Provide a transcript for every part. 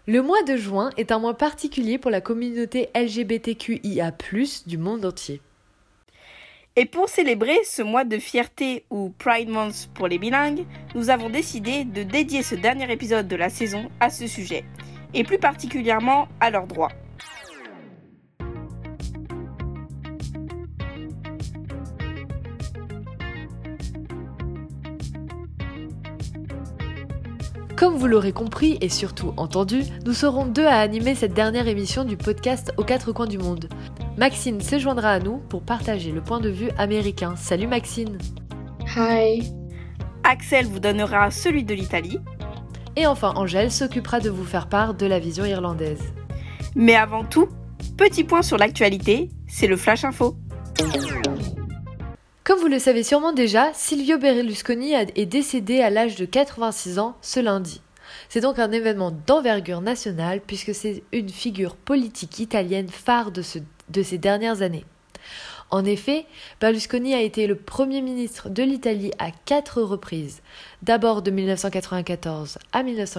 Le mois de juin est un mois particulier pour la communauté LGBTQIA+, du monde entier. Et pour célébrer ce mois de fierté ou Pride Month pour les bilingues, nous avons décidé de dédier ce dernier épisode de la saison à ce sujet, et plus particulièrement à leurs droits. Comme vous l'aurez compris et surtout entendu, nous serons deux à animer cette dernière émission du podcast aux quatre coins du monde. Maxine se joindra à nous pour partager le point de vue américain. Salut Maxine. Hi. Axel vous donnera celui de l'Italie. Et enfin Angèle s'occupera de vous faire part de la vision irlandaise. Mais avant tout, petit point sur l'actualité, c'est le Flash Info. Comme vous le savez sûrement déjà, Silvio Berlusconi est décédé à l'âge de 86 ans ce lundi. C'est donc un événement d'envergure nationale puisque c'est une figure politique italienne phare de ces dernières années. En effet, Berlusconi a été le Premier ministre de l'Italie à 4 reprises, d'abord de 1994 à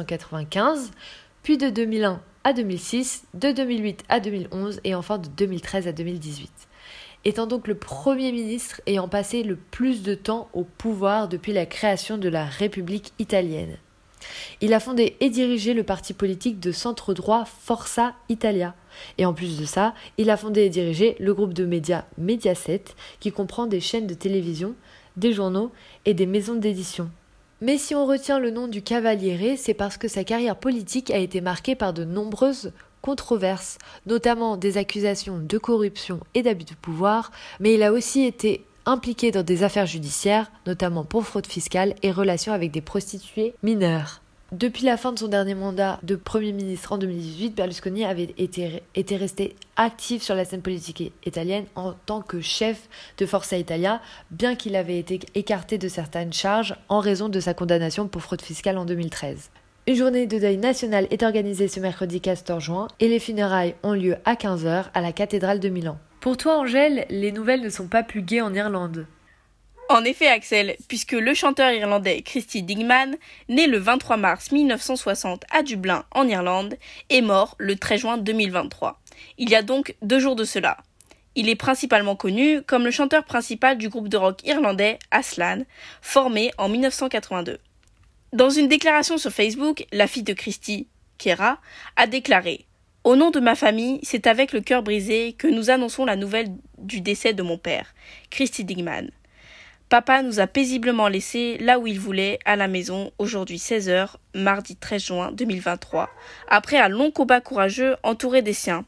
1995, puis de 2001 à 2006, de 2008 à 2011 et enfin de 2013 à 2018. Étant donc le Premier ministre ayant passé le plus de temps au pouvoir depuis la création de la République italienne. Il a fondé et dirigé le parti politique de centre-droit Forza Italia. Et en plus de ça, il a fondé et dirigé le groupe de médias Mediaset, qui comprend des chaînes de télévision, des journaux et des maisons d'édition. Mais si on retient le nom du Cavaliere, c'est parce que sa carrière politique a été marquée par de nombreuses controverses, notamment des accusations de corruption et d'abus de pouvoir, mais il a aussi été impliqué dans des affaires judiciaires, notamment pour fraude fiscale et relations avec des prostituées mineures. Depuis la fin de son dernier mandat de Premier ministre en 2018, Berlusconi avait été resté actif sur la scène politique italienne en tant que chef de Forza Italia, bien qu'il avait été écarté de certaines charges en raison de sa condamnation pour fraude fiscale en 2013. Une journée de deuil national est organisée ce mercredi 14 juin et les funérailles ont lieu à 15h à la cathédrale de Milan. Pour toi Angèle, les nouvelles ne sont pas plus gaies en Irlande. En effet Axel, puisque le chanteur irlandais Christy Digman, né le 23 mars 1960 à Dublin en Irlande, est mort le 13 juin 2023. Il y a donc 2 jours de cela. Il est principalement connu comme le chanteur principal du groupe de rock irlandais Aslan, formé en 1982. Dans une déclaration sur Facebook, la fille de Christy, Kera, a déclaré « Au nom de ma famille, c'est avec le cœur brisé que nous annonçons la nouvelle du décès de mon père, Christy Digman. Papa nous a paisiblement laissés là où il voulait, à la maison, aujourd'hui 16h, mardi 13 juin 2023, après un long combat courageux entouré des siens.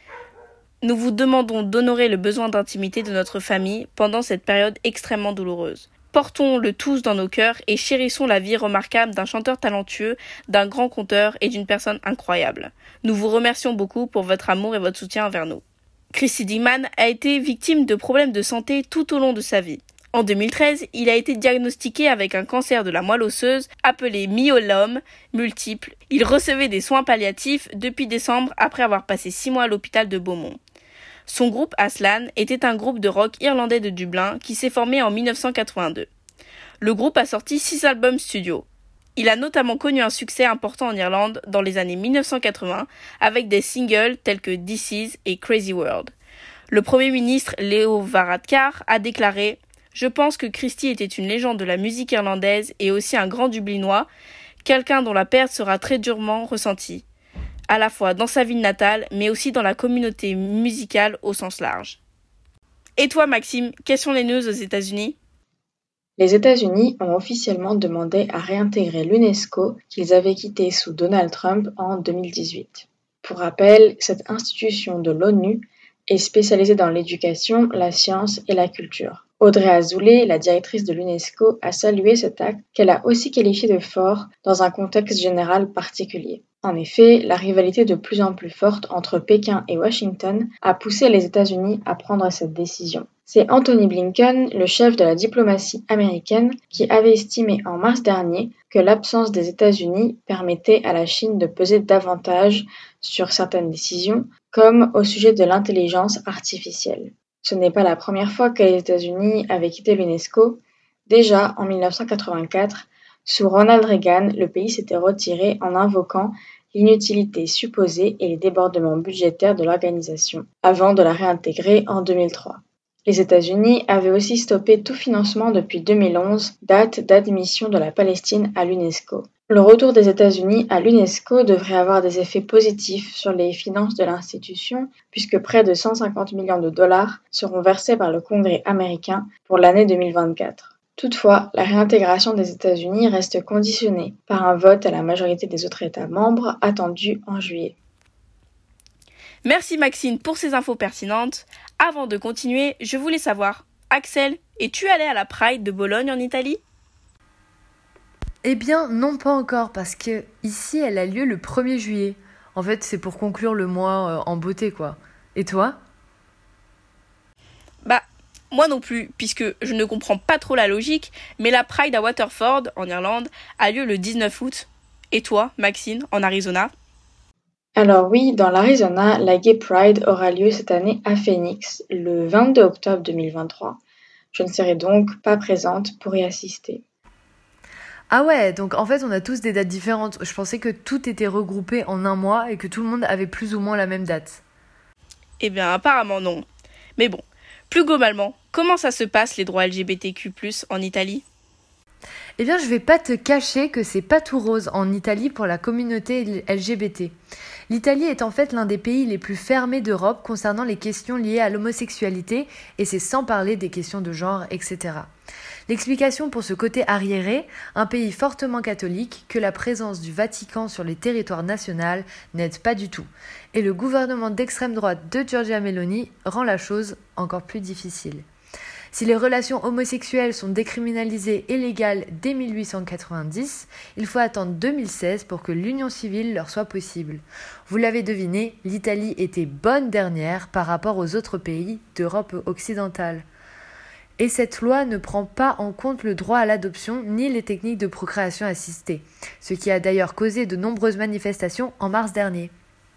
Nous vous demandons d'honorer le besoin d'intimité de notre famille pendant cette période extrêmement douloureuse. Portons-le tous dans nos cœurs et chérissons la vie remarquable d'un chanteur talentueux, d'un grand conteur et d'une personne incroyable. Nous vous remercions beaucoup pour votre amour et votre soutien envers nous. » Christy Digman a été victime de problèmes de santé tout au long de sa vie. En 2013, il a été diagnostiqué avec un cancer de la moelle osseuse appelé myélome multiple. Il recevait des soins palliatifs depuis décembre après avoir passé 6 mois à l'hôpital de Beaumont. Son groupe Aslan était un groupe de rock irlandais de Dublin qui s'est formé en 1982. Le groupe a sorti 6 albums studio. Il a notamment connu un succès important en Irlande dans les années 1980 avec des singles tels que This Is et Crazy World. Le Premier ministre Leo Varadkar a déclaré « Je pense que Christy était une légende de la musique irlandaise et aussi un grand Dublinois, quelqu'un dont la perte sera très durement ressentie. À la fois dans sa ville natale, mais aussi dans la communauté musicale au sens large. » Et toi, Maxime, quelles sont les news aux États-Unis ? Les États-Unis ont officiellement demandé à réintégrer l'UNESCO qu'ils avaient quitté sous Donald Trump en 2018. Pour rappel, cette institution de l'ONU est spécialisée dans l'éducation, la science et la culture. Audrey Azoulay, la directrice de l'UNESCO, a salué cet acte qu'elle a aussi qualifié de fort dans un contexte général particulier. En effet, la rivalité de plus en plus forte entre Pékin et Washington a poussé les États-Unis à prendre cette décision. C'est Anthony Blinken, le chef de la diplomatie américaine, qui avait estimé en mars dernier que l'absence des États-Unis permettait à la Chine de peser davantage sur certaines décisions, comme au sujet de l'intelligence artificielle. Ce n'est pas la première fois que les États-Unis avaient quitté l'UNESCO. Déjà, en 1984, sous Ronald Reagan, le pays s'était retiré en invoquant l'inutilité supposée et les débordements budgétaires de l'organisation, avant de la réintégrer en 2003. Les États-Unis avaient aussi stoppé tout financement depuis 2011, date d'admission de la Palestine à l'UNESCO. Le retour des États-Unis à l'UNESCO devrait avoir des effets positifs sur les finances de l'institution, puisque près de 150 millions de dollars seront versés par le Congrès américain pour l'année 2024. Toutefois, la réintégration des États-Unis reste conditionnée par un vote à la majorité des autres États membres attendu en juillet. Merci Maxine pour ces infos pertinentes. Avant de continuer, je voulais savoir, Axel, es-tu allé à la Pride de Bologne en Italie ? Eh bien, non, pas encore, parce que ici, elle a lieu le 1er juillet. En fait, c'est pour conclure le mois en beauté, quoi. Et toi ? Moi non plus, puisque je ne comprends pas trop la logique, mais la Pride à Waterford, en Irlande, a lieu le 19 août. Et toi, Maxine, en Arizona ? Alors oui, dans l'Arizona, la Gay Pride aura lieu cette année à Phoenix, le 22 octobre 2023. Je ne serai donc pas présente pour y assister. Ah ouais, donc en fait, on a tous des dates différentes. Je pensais que tout était regroupé en un mois et que tout le monde avait plus ou moins la même date. Eh bien, apparemment non. Mais bon, plus globalement, comment ça se passe les droits LGBTQ+, en Italie ? Eh bien, je vais pas te cacher que c'est pas tout rose en Italie pour la communauté LGBT. L'Italie est en fait l'un des pays les plus fermés d'Europe concernant les questions liées à l'homosexualité, et c'est sans parler des questions de genre, etc. L'explication pour ce côté arriéré, un pays fortement catholique, que la présence du Vatican sur les territoires nationaux n'aide pas du tout. Et le gouvernement d'extrême droite de Giorgia Meloni rend la chose encore plus difficile. Si les relations homosexuelles sont décriminalisées et légales dès 1890, il faut attendre 2016 pour que l'union civile leur soit possible. Vous l'avez deviné, l'Italie était bonne dernière par rapport aux autres pays d'Europe occidentale. Et cette loi ne prend pas en compte le droit à l'adoption ni les techniques de procréation assistée, ce qui a d'ailleurs causé de nombreuses manifestations en mars dernier.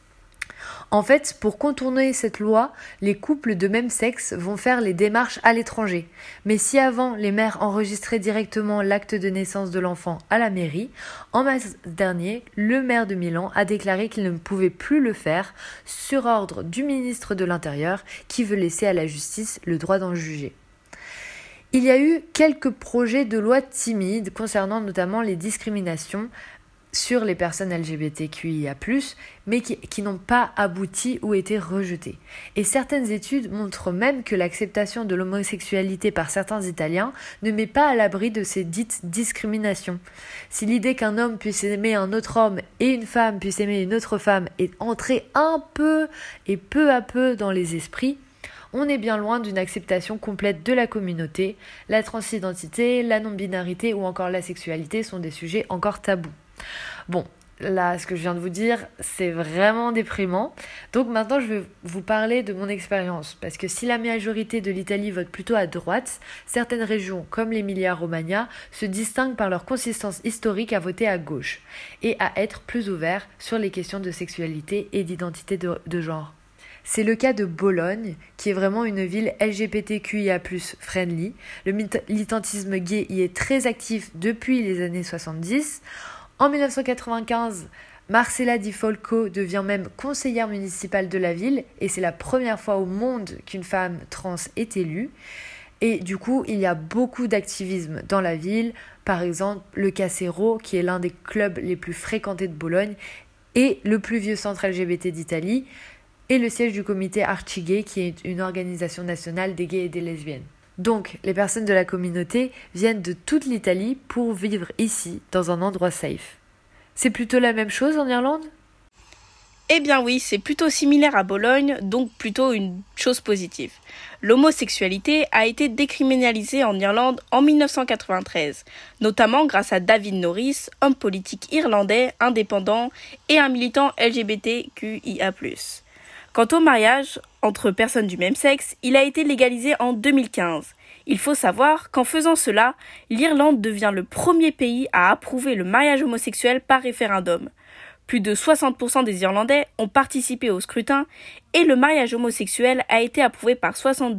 En fait, pour contourner cette loi, les couples de même sexe vont faire les démarches à l'étranger. Mais si avant, les mères enregistraient directement l'acte de naissance de l'enfant à la mairie, en mars dernier, le maire de Milan a déclaré qu'il ne pouvait plus le faire sur ordre du ministre de l'Intérieur qui veut laisser à la justice le droit d'en juger. Il y a eu quelques projets de loi timides concernant notamment les discriminations sur les personnes LGBTQIA+, mais qui n'ont pas abouti ou été rejetés. Et certaines études montrent même que l'acceptation de l'homosexualité par certains Italiens ne met pas à l'abri de ces dites discriminations. Si l'idée qu'un homme puisse aimer un autre homme et une femme puisse aimer une autre femme est entrée un peu et peu à peu dans les esprits, on est bien loin d'une acceptation complète de la communauté. La transidentité, la non-binarité ou encore la sexualité sont des sujets encore tabous. Bon, là, ce que je viens de vous dire, c'est vraiment déprimant. Donc maintenant, je vais vous parler de mon expérience. Parce que si la majorité de l'Italie vote plutôt à droite, certaines régions, comme l'Emilia-Romagna, se distinguent par leur consistance historique à voter à gauche et à être plus ouverts sur les questions de sexualité et d'identité de genre. C'est le cas de Bologne, qui est vraiment une ville LGBTQIA+ friendly. Le militantisme gay y est très actif depuis les années 70. En 1995, Marcella Di Folco devient même conseillère municipale de la ville et c'est la première fois au monde qu'une femme trans est élue. Et du coup, il y a beaucoup d'activisme dans la ville. Par exemple, le Casero, qui est l'un des clubs les plus fréquentés de Bologne et le plus vieux centre LGBT d'Italie, et le siège du comité Arcigay, qui est une organisation nationale des gays et des lesbiennes. Donc, les personnes de la communauté viennent de toute l'Italie pour vivre ici, dans un endroit safe. C'est plutôt la même chose en Irlande ? Eh bien oui, c'est plutôt similaire à Bologne, donc plutôt une chose positive. L'homosexualité a été décriminalisée en Irlande en 1993, notamment grâce à David Norris, homme politique irlandais, indépendant et un militant LGBTQIA+. Quant au mariage entre personnes du même sexe, il a été légalisé en 2015. Il faut savoir qu'en faisant cela, l'Irlande devient le premier pays à approuver le mariage homosexuel par référendum. Plus de 60% des Irlandais ont participé au scrutin et le mariage homosexuel a été approuvé par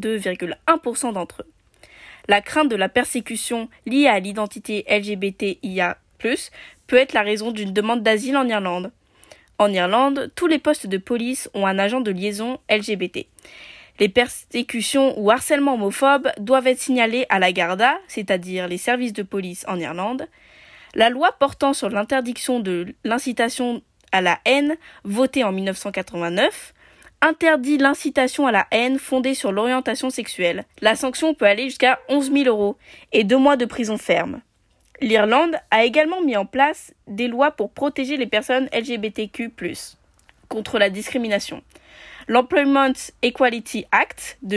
62,1% d'entre eux. La crainte de la persécution liée à l'identité LGBTIA+, peut être la raison d'une demande d'asile en Irlande. En Irlande, tous les postes de police ont un agent de liaison LGBT. Les persécutions ou harcèlements homophobes doivent être signalés à la Garda, c'est-à-dire les services de police en Irlande. La loi portant sur l'interdiction de l'incitation à la haine, votée en 1989, interdit l'incitation à la haine fondée sur l'orientation sexuelle. La sanction peut aller jusqu'à 11 000 € et 2 mois de prison ferme. L'Irlande a également mis en place des lois pour protéger les personnes LGBTQ+, contre la discrimination. L'Employment Equality Act de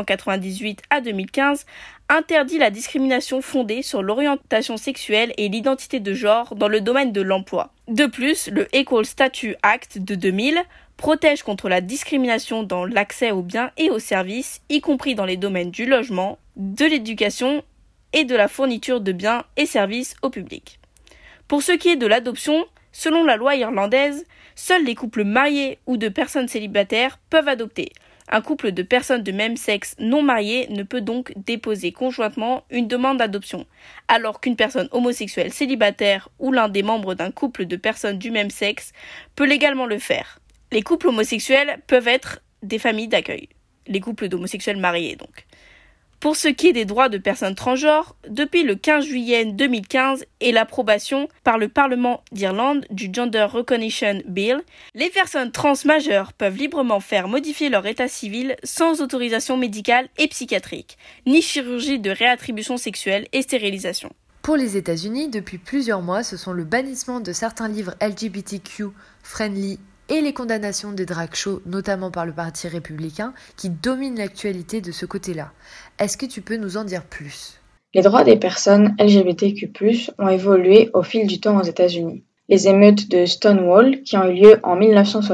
1998 à 2015 interdit la discrimination fondée sur l'orientation sexuelle et l'identité de genre dans le domaine de l'emploi. De plus, le Equal Statute Act de 2000 protège contre la discrimination dans l'accès aux biens et aux services, y compris dans les domaines du logement, de l'éducation et de la fourniture de biens et services au public. Pour ce qui est de l'adoption, selon la loi irlandaise, seuls les couples mariés ou de personnes célibataires peuvent adopter. Un couple de personnes de même sexe non mariées ne peut donc déposer conjointement une demande d'adoption, alors qu'une personne homosexuelle célibataire ou l'un des membres d'un couple de personnes du même sexe peut légalement le faire. Les couples homosexuels peuvent être des familles d'accueil. Les couples d'homosexuels mariés, donc. Pour ce qui est des droits de personnes transgenres, depuis le 15 juillet 2015 et l'approbation par le Parlement d'Irlande du Gender Recognition Bill, les personnes trans majeures peuvent librement faire modifier leur état civil sans autorisation médicale et psychiatrique, ni chirurgie de réattribution sexuelle et stérilisation. Pour les États-Unis, depuis plusieurs mois, ce sont le bannissement de certains livres LGBTQ-friendly et les condamnations des drag shows, notamment par le Parti républicain, qui dominent l'actualité de ce côté-là. Est-ce que tu peux nous en dire plus ? Les droits des personnes LGBTQ+, ont évolué au fil du temps aux États-Unis. Les émeutes de Stonewall, qui ont eu lieu en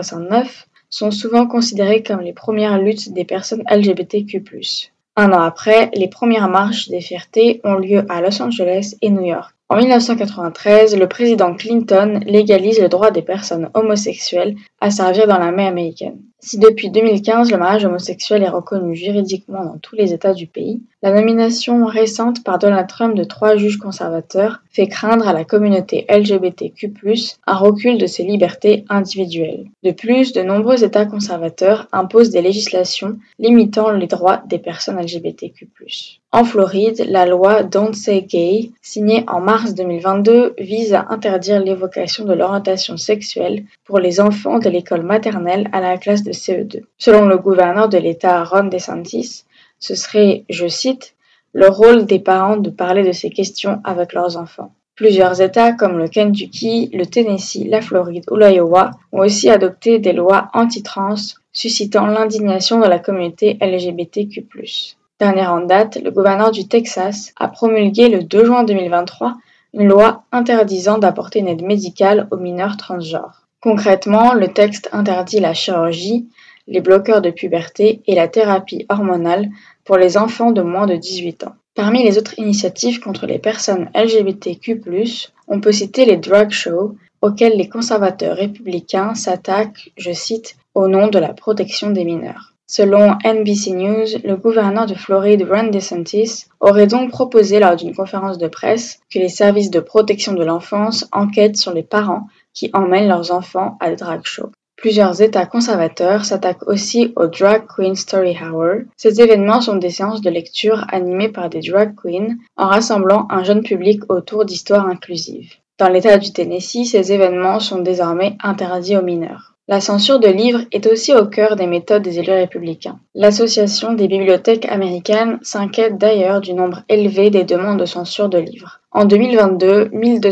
1969, sont souvent considérées comme les premières luttes des personnes LGBTQ+. Un an après, les premières marches des fiertés ont lieu à Los Angeles et New York. En 1993, le président Clinton légalise le droit des personnes homosexuelles à servir dans l'armée américaine. Si depuis 2015 le mariage homosexuel est reconnu juridiquement dans tous les États du pays, la nomination récente par Donald Trump de 3 juges conservateurs fait craindre à la communauté LGBTQ+, un recul de ses libertés individuelles. De plus, de nombreux États conservateurs imposent des législations limitant les droits des personnes LGBTQ+. En Floride, la loi Don't Say Gay, signée en mars 2022, vise à interdire l'évocation de l'orientation sexuelle pour les enfants de l'école maternelle à la classe de CE2. Selon le gouverneur de l'État Ron DeSantis, ce serait, je cite, « le rôle des parents de parler de ces questions avec leurs enfants ». Plusieurs États comme le Kentucky, le Tennessee, la Floride ou l'Iowa ont aussi adopté des lois anti-trans, suscitant l'indignation de la communauté LGBTQ+. Dernière en date, le gouverneur du Texas a promulgué le 2 juin 2023 une loi interdisant d'apporter une aide médicale aux mineurs transgenres. Concrètement, le texte interdit la chirurgie, les bloqueurs de puberté et la thérapie hormonale pour les enfants de moins de 18 ans. Parmi les autres initiatives contre les personnes LGBTQ+, on peut citer les drag shows, auxquels les conservateurs républicains s'attaquent, je cite, « au nom de la protection des mineurs ». Selon NBC News, le gouverneur de Floride Ron DeSantis aurait donc proposé lors d'une conférence de presse que les services de protection de l'enfance enquêtent sur les parents qui emmènent leurs enfants à des drag shows. Plusieurs États conservateurs s'attaquent aussi au Drag Queen Story Hour. Ces événements sont des séances de lecture animées par des drag queens en rassemblant un jeune public autour d'histoires inclusives. Dans l'État du Tennessee, ces événements sont désormais interdits aux mineurs. La censure de livres est aussi au cœur des méthodes des élus républicains. L'Association des bibliothèques américaines s'inquiète d'ailleurs du nombre élevé des demandes de censure de livres. En 2022,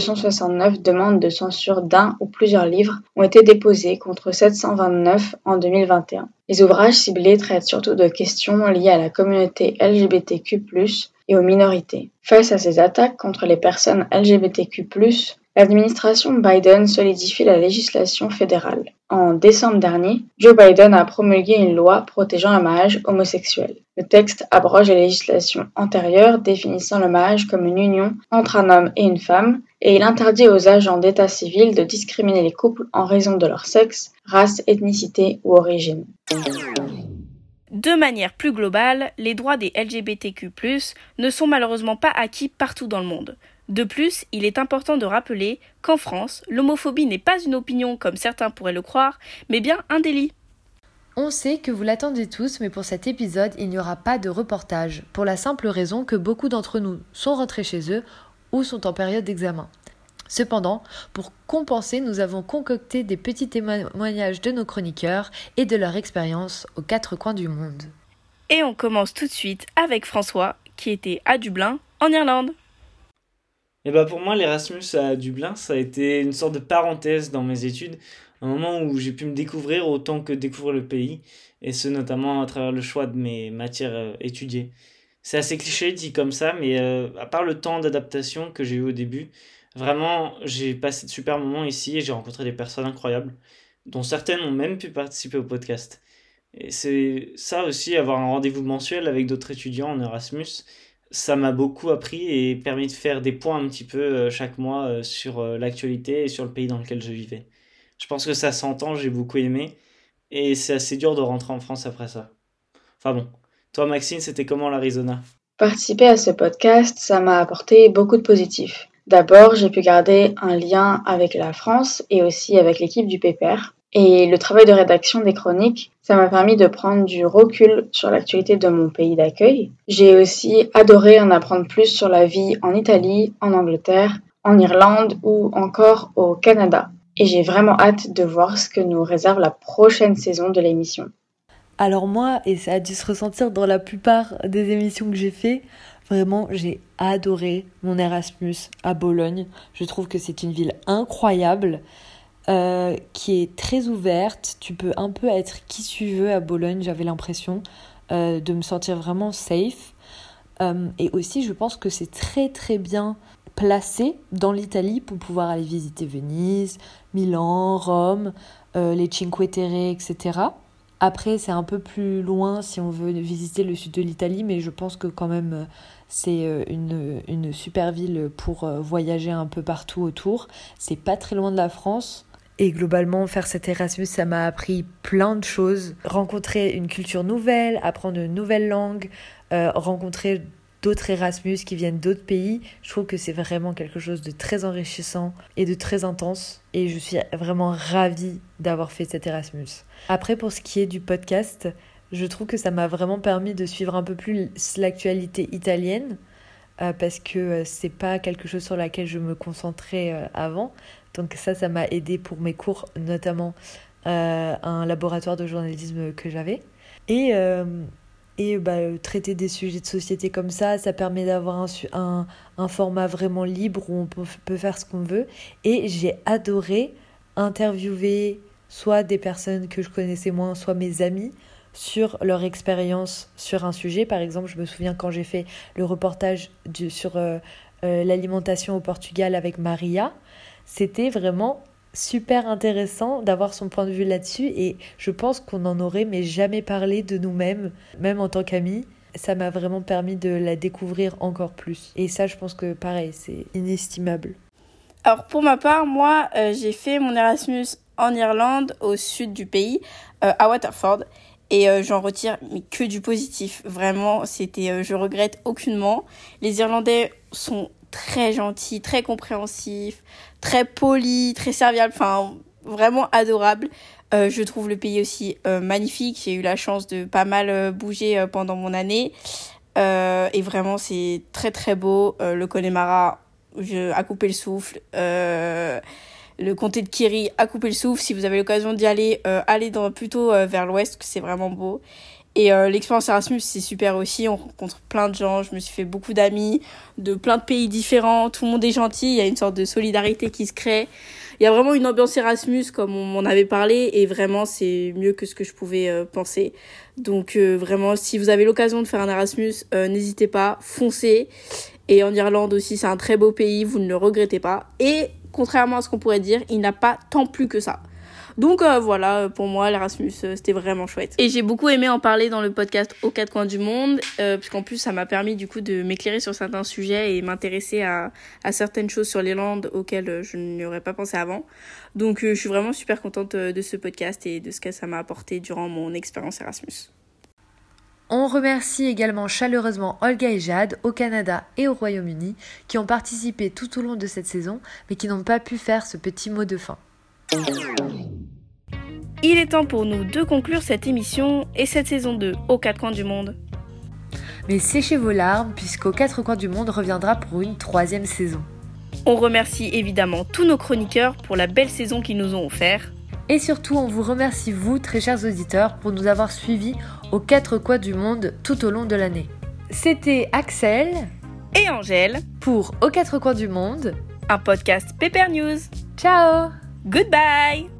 1269 demandes de censure d'un ou plusieurs livres ont été déposées contre 729 en 2021. Les ouvrages ciblés traitent surtout de questions liées à la communauté LGBTQ+, et aux minorités. Face à ces attaques contre les personnes LGBTQ+, l'administration Biden solidifie la législation fédérale. En décembre dernier, Joe Biden a promulgué une loi protégeant le mariage homosexuel. Le texte abroge les législations antérieures définissant le mariage comme une union entre un homme et une femme, et il interdit aux agents d'état civil de discriminer les couples en raison de leur sexe, race, ethnicité ou origine. De manière plus globale, les droits des LGBTQ+, ne sont malheureusement pas acquis partout dans le monde. De plus, il est important de rappeler qu'en France, l'homophobie n'est pas une opinion comme certains pourraient le croire, mais bien un délit. On sait que vous l'attendez tous, mais pour cet épisode, il n'y aura pas de reportage, pour la simple raison que beaucoup d'entre nous sont rentrés chez eux ou sont en période d'examen. Cependant, pour compenser, nous avons concocté des petits témoignages de nos chroniqueurs et de leur expérience aux quatre coins du monde. Et on commence tout de suite avec François, qui était à Dublin, en Irlande. Et bah pour moi, l'Erasmus à Dublin, ça a été une sorte de parenthèse dans mes études, un moment où j'ai pu me découvrir autant que découvrir le pays, et ce notamment à travers le choix de mes matières étudiées. C'est assez cliché dit comme ça, mais à part le temps d'adaptation que j'ai eu au début, vraiment j'ai passé de super moments ici et j'ai rencontré des personnes incroyables, dont certaines ont même pu participer au podcast. Et c'est ça aussi, avoir un rendez-vous mensuel avec d'autres étudiants en Erasmus, ça m'a beaucoup appris et permis de faire des points un petit peu chaque mois sur l'actualité et sur le pays dans lequel je vivais. Je pense que ça s'entend, j'ai beaucoup aimé et c'est assez dur de rentrer en France après ça. Enfin bon, toi Maxine, c'était comment l'Arizona? Participer à ce podcast, ça m'a apporté beaucoup de positifs. D'abord, j'ai pu garder un lien avec la France et aussi avec l'équipe du Pépère. Et le travail de rédaction des chroniques, ça m'a permis de prendre du recul sur l'actualité de mon pays d'accueil. J'ai aussi adoré en apprendre plus sur la vie en Italie, en Angleterre, en Irlande ou encore au Canada. Et j'ai vraiment hâte de voir ce que nous réserve la prochaine saison de l'émission. Alors moi, et ça a dû se ressentir dans la plupart des émissions que j'ai fait, vraiment j'ai adoré mon Erasmus à Bologne. Je trouve que c'est une ville incroyable, qui est très ouverte. Tu peux un peu être qui tu veux à Bologne, j'avais l'impression de me sentir vraiment safe. Et aussi, je pense que c'est très très bien placé dans l'Italie pour pouvoir aller visiter Venise, Milan, Rome, les Cinque Terre, etc. Après, c'est un peu plus loin si on veut visiter le sud de l'Italie, mais je pense que quand même, c'est une super ville pour voyager un peu partout autour. C'est pas très loin de la France. Et globalement, faire cet Erasmus, ça m'a appris plein de choses. Rencontrer une culture nouvelle, apprendre une nouvelle langue, rencontrer d'autres Erasmus qui viennent d'autres pays. Je trouve que c'est vraiment quelque chose de très enrichissant et de très intense. Et je suis vraiment ravie d'avoir fait cet Erasmus. Après, pour ce qui est du podcast, je trouve que ça m'a vraiment permis de suivre un peu plus l'actualité italienne, parce que c'est pas quelque chose sur laquelle je me concentrais avant. Donc ça m'a aidé pour mes cours, notamment un laboratoire de journalisme que j'avais. Et traiter des sujets de société comme ça permet d'avoir un format vraiment libre où on peut faire ce qu'on veut. Et j'ai adoré interviewer soit des personnes que je connaissais moins, soit mes amis, sur leur expérience sur un sujet. Par exemple, je me souviens quand j'ai fait le reportage sur l'alimentation au Portugal avec Maria, c'était vraiment super intéressant d'avoir son point de vue là-dessus et je pense qu'on n'en aurait mais jamais parlé de nous-mêmes, même en tant qu'amis. Ça m'a vraiment permis de la découvrir encore plus. Et ça, je pense que pareil, c'est inestimable. Alors pour ma part, moi, j'ai fait mon Erasmus en Irlande, au sud du pays, à Waterford. Et j'en retire mais que du positif. Vraiment, je regrette aucunement. Les Irlandais sont très gentils, très compréhensifs, très polis, très serviables, enfin vraiment adorables. Je trouve le pays aussi magnifique. J'ai eu la chance de pas mal bouger pendant mon année. Et vraiment, c'est très très beau. Le Connemara, à couper le souffle. Le comté de Kerry, à couper le souffle. Si vous avez l'occasion d'y aller, allez plutôt vers l'ouest, que c'est vraiment beau. Et l'expérience Erasmus, c'est super aussi. On rencontre plein de gens. Je me suis fait beaucoup d'amis de plein de pays différents. Tout le monde est gentil. Il y a une sorte de solidarité qui se crée. Il y a vraiment une ambiance Erasmus, comme on m'en avait parlé. Et vraiment, c'est mieux que ce que je pouvais penser. Donc vraiment, si vous avez l'occasion de faire un Erasmus, n'hésitez pas, foncez. Et en Irlande aussi, c'est un très beau pays. Vous ne le regrettez pas. Et contrairement à ce qu'on pourrait dire, il n'a pas tant plu que ça. Donc voilà, pour moi, l'Erasmus, c'était vraiment chouette. Et j'ai beaucoup aimé en parler dans le podcast Aux quatre coins du monde, puisqu'en plus, ça m'a permis du coup de m'éclairer sur certains sujets et m'intéresser à certaines choses sur l'Irlande auxquelles je n'aurais pas pensé avant. Donc je suis vraiment super contente de ce podcast et de ce que ça m'a apporté durant mon expérience Erasmus. On remercie également chaleureusement Olga et Jade au Canada et au Royaume-Uni qui ont participé tout au long de cette saison mais qui n'ont pas pu faire ce petit mot de fin. Il est temps pour nous de conclure cette émission et cette saison 2 aux 4 coins du monde. Mais séchez vos larmes puisqu'aux 4 coins du monde reviendra pour une 3e saison. On remercie évidemment tous nos chroniqueurs pour la belle saison qu'ils nous ont offert. Et surtout, on vous remercie vous, très chers auditeurs, pour nous avoir suivis aux 4 coins du monde tout au long de l'année. C'était Axel et Angèle pour Aux 4 coins du monde, un podcast Pepper News. Ciao! Goodbye!